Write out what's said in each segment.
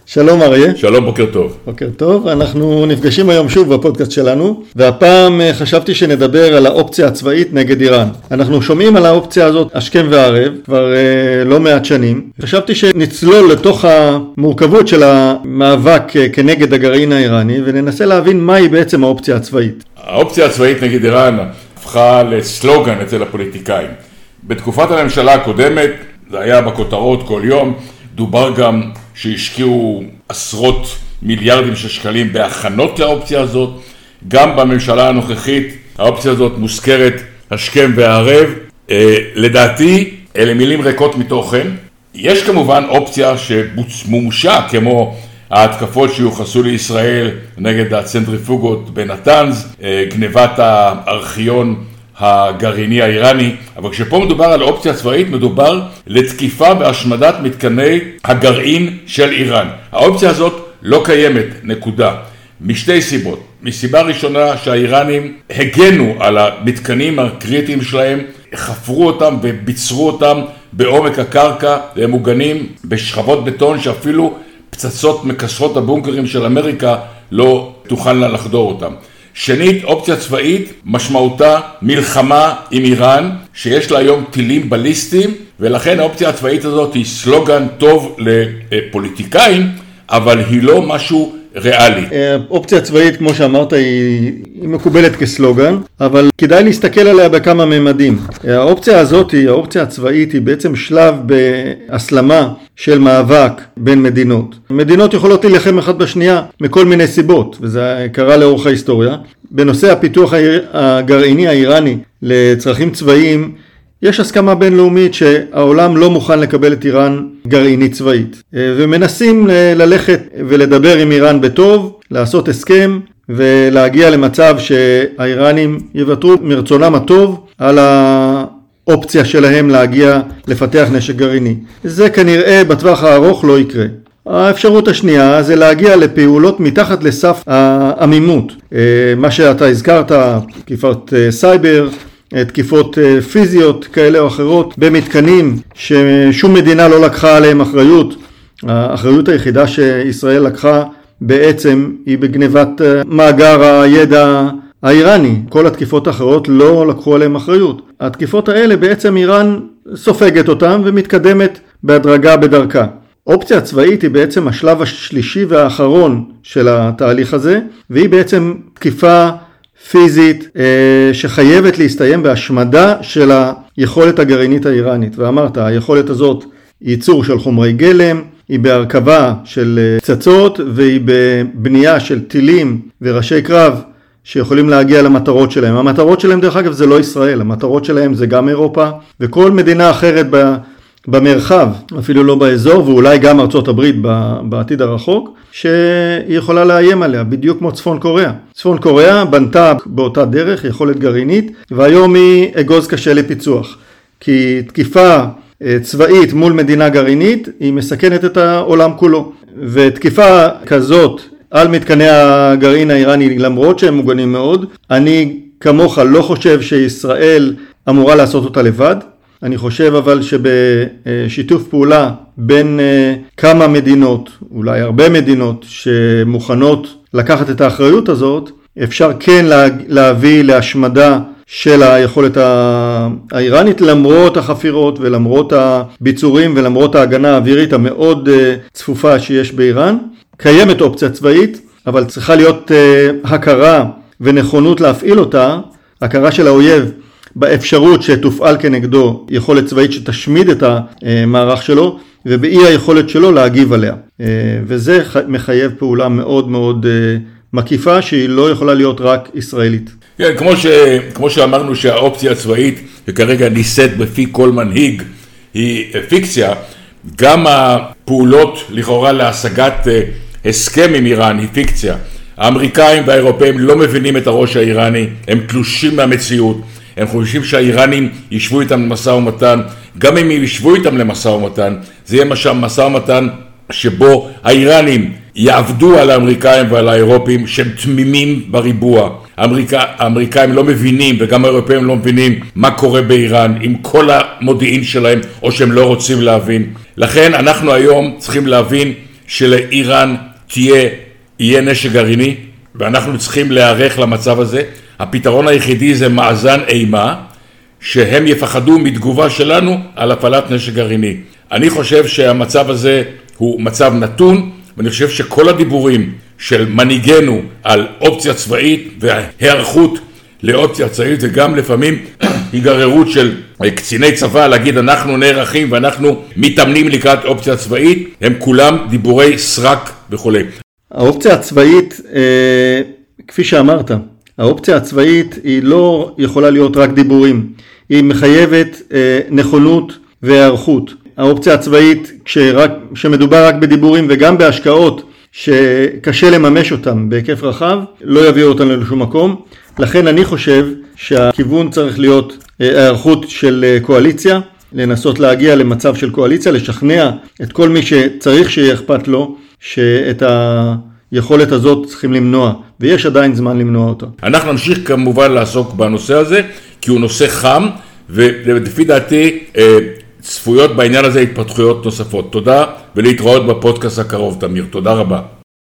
שלום אריה. שלום, בוקר טוב. בוקר טוב, אנחנו נפגשים היום שוב בפודקאסט שלנו, והפעם חשבתי שנדבר על האופציה הצבאית נגד איראן. אנחנו שומעים על האופציה הזאת השכם והערב כבר לא מעט שנים. חשבתי שנצלול לתוך המורכבות של המאבק כנגד הגרעין האיראני, וננסה להבין מהי בעצם האופציה הצבאית. האופציה הצבאית נגד איראן הפכה לסלוגן אצל הפוליטיקאים. בתקופת הממשלה הקודמת, זה היה בכותרות כל יום, דובר גם שהשקיעו עשרות מיליארדים של שקלים בהכנות לאופציה הזאת. גם בממשלה הנוכחית האופציה הזאת מוזכרת השכם והערב. לדעתי אלה מילים ריקות מתוכן. יש כמובן אופציה שמומשה, כמו ההתקפות שיוחסו לישראל נגד הצנטריפוגות בנתנז, גנבת הארכיון הגרעיני האיראני, אבל כשפה מדובר על אופציה צבאית, מדובר לתקיפה והשמדת מתקני הגרעין של איראן. האופציה הזאת לא קיימת, נקודה. משתי סיבות. מסיבה ראשונה שהאיראנים הגנו על המתקנים הקריטיים שלהם, חפרו אותם וביצרו אותם בעומק הקרקע, והם מוגנים בשכבות בטון שאפילו פצצות מכסרות הבונקרים של אמריקה לא תוכלנה לחדור אותם. שנית, אופציה צבאית משמעותה מלחמה עם איראן, שיש לה היום טילים בליסטיים, ולכן האופציה הצבאית הזאת היא סלוגן טוב לפוליטיקאים, אבל היא לא משהו ריאלי. האופציה הצבאית, כמו שאמרת, היא מקובלת כסלוגן, אבל כדאי להסתכל עליה בכמה ממדים. האופציה הזאת, האופציה הצבאית, היא בעצם שלב בהסלמה של מאבק בין מדינות. מדינות יכולות להילחם אחת בשנייה מכל מיני סיבות, וזה קרה לאורך ההיסטוריה. בנושא הפיתוח הגרעיני האיראני לצרכים צבאיים, יש הסכמה בינלאומית שהעולם לא מוכן לקבל את איראן גרעינית צבאית. ומנסים ללכת ולדבר עם איראן בטוב, לעשות הסכם ולהגיע למצב שהאיראנים יוותרו מרצונם הטוב על האופציה שלהם להגיע לפתח נשק גרעיני. זה כנראה בטווח הארוך לא יקרה. האפשרות השנייה זה להגיע לפעולות מתחת לסף העמימות. מה שאתה הזכרת, תקיפות סייבר, תקיפות פיזיות כאלה או אחרות במתקנים ששום מדינה לא לקחה עליהם אחריות. האחריות היחידה שישראל לקחה בעצם היא בגנבת מאגר הידע האיראני. כל התקיפות האחרות לא לקחו עליהם אחריות. התקיפות האלה בעצם איראן סופגת אותם ומתקדמת בהדרגה בדרכה. אופציה צבאית היא בעצם השלב השלישי והאחרון של התהליך הזה, והיא בעצם תקיפה פיזית שחייבת להסתיים בהשמדה של היכולת הגרעינית האיראנית. ואמרת, היכולת הזאת היא ייצור של חומרי גלם, היא בהרכבה של פצצות, והיא בבנייה של טילים וראשי קרב שיכולים להגיע למטרות שלהם. המטרות שלהם דרך אגב זה לא ישראל, המטרות שלהם זה גם אירופה וכל מדינה אחרת במרחב, אפילו לא באזור, ואולי גם ארצות הברית בעתיד הרחוק, שהיא יכולה לאיים עליה, בדיוק כמו צפון קוריאה. צפון קוריאה בנתה באותה דרך יכולת גרעינית, והיום היא אגוז קשה לפיצוח. כי תקיפה צבאית מול מדינה גרעינית, היא מסכנת את העולם כולו. ותקיפה כזאת על מתקני הגרעין האיראני, למרות שהם מוגנים מאוד, אני כמוך לא חושב שישראל אמורה לעשות אותה לבד. אני חושב אבל שבשיתוף פעולה בין כמה מדינות, אולי הרבה מדינות שמוכנות לקחת את האחריות הזאת, אפשר כן להביא להשמדה של היכולת האיראנית למרות החפירות ולמרות הביצורים ולמרות ההגנה האווירית המאוד צפופה שיש באיראן. קיימת אופציה צבאית, אבל צריכה להיות הכרה ונכונות להפעיל אותה, הכרה של האויב באפשרות שתופעל כנגדו יכולת צבאית שתשמיד את המערך שלו, ובאי היכולת שלו להגיב עליה. וזה מחייב פעולה מאוד מאוד מקיפה, שהיא לא יכולה להיות רק ישראלית. כן, כמו שאמרנו שהאופציה הצבאית, וכרגע ניסית בפי כל מנהיג, היא פיקציה, גם הפעולות לכאורה להשגת הסכם עם איראן היא פיקציה. האמריקאים והאירופאים לא מבינים את הראש האיראני, הם תלושים מהמציאות. הם חושבים שהאיראנים ישבו איתם למשא ומתן, גם אם ישבו איתם למשא ומתן, זה יהיה משא ומתן שבו האיראנים יעבדו על האמריקאים ועל האירופים שהם תמימים בריבוע. האמריקאים לא מבינים וגם האירופאים לא מבינים מה קורה באיראן עם כל המודיעין שלהם או שהם לא רוצים להבין. לכן אנחנו היום צריכים להבין שלאיראן יהיה נשק גרעיני, ואנחנו צריכים להיערך למצב הזה. הפתרון היחידי זה מאזן אימה, שהם יפחדו מתגובה שלנו על הפעלת נשק גרעיני. אני חושב שהמצב הזה הוא מצב נתון, ואני חושב שכל הדיבורים של מנהיגנו על אופציה צבאית והיערכות לאופציה צבאית, וגם לפעמים היגררות של קציני צבא להגיד אנחנו נערכים ואנחנו מתאמנים לקראת אופציה צבאית, הם כולם דיבורי סרק וכו'. האופציה הצבאית, כפי שאמרת, האופציה הצבאית היא לא יכולה להיות רק דיבורים, היא מחייבת נכונות והיערכות. האופציה הצבאית, כשמדובר רק בדיבורים וגם בהשקעות שקשה לממש אותם בהיקף רחב, לא יביאו אותנו לשום מקום. לכן אני חושב שהכיוון צריך להיות היערכות של קואליציה, לנסות להגיע למצב של קואליציה, לשכנע את כל מי שצריך שיהיה אכפת לו, שאת היכולת הזאת צריכים למנוע, ויש עדיין זמן למנוע אותה. אנחנו נמשיך כמובן לעסוק בנושא הזה, כי הוא נושא חם, ולפי דעתי צפויות בעניין הזה התפתחויות נוספות. תודה, ולהתראות בפודקאסט הקרוב, תמיר. תודה רבה.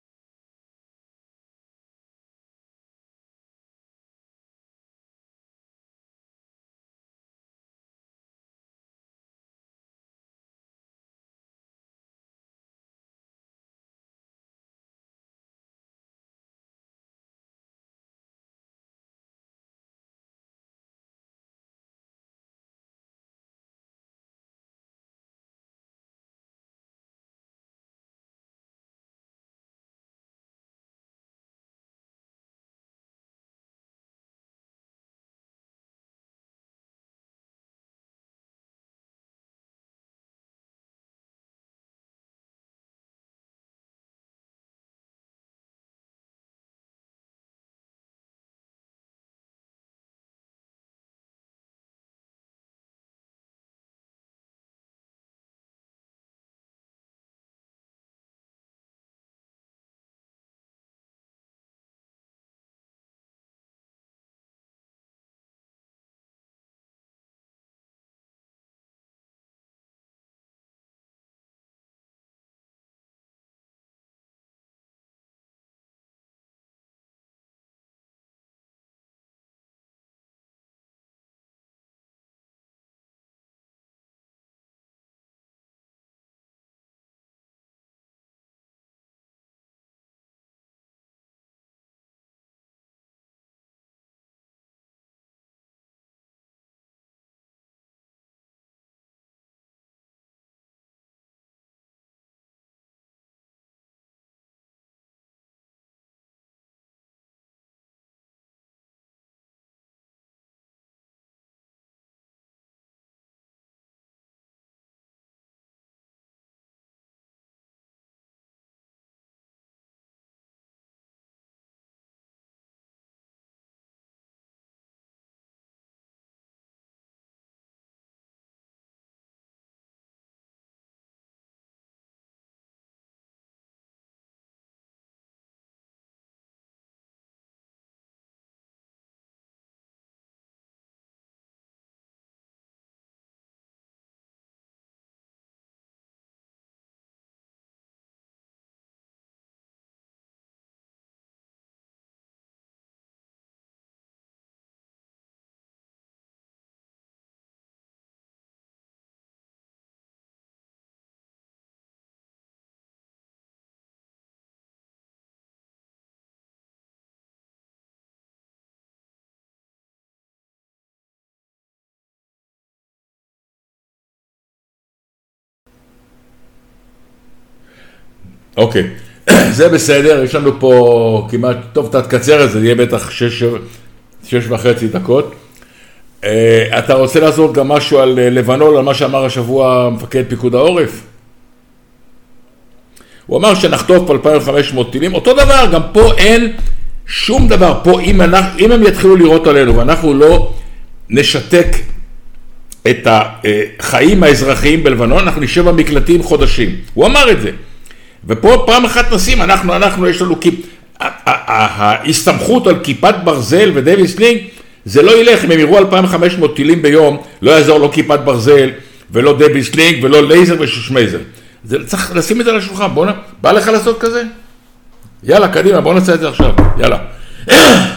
אוקיי, זה בסדר, יש לנו פה כמעט, טוב, אתה תקצר את זה, יהיה בטח 6.5 דקות. אתה רוצה לעשות גם משהו על לבנון, על מה שאמר השבוע מפקד פיקוד העורף? הוא אמר שנחטוף 2,500 טילים, אותו דבר, גם פה אין שום דבר, פה אם הם יתחילו לירות עלינו ואנחנו לא נשתק את החיים האזרחיים בלבנון, אנחנו נשב במקלטים חודשים. הוא אמר את זה. ופה פעם אחת נשים, אנחנו יש לנו, ההסתמכות על כיפת ברזל ודייוויס לינג, זה לא ילך, אם הם יראו 2,500 טילים ביום, לא יעזור לו כיפת ברזל, ולא דייוויס לינג, ולא לייזר ושושמייזר. צריך לשים את זה על השולחן, בא לך לעשות כזה? יאללה, קדימה, בוא נעשה את זה עכשיו, יאללה.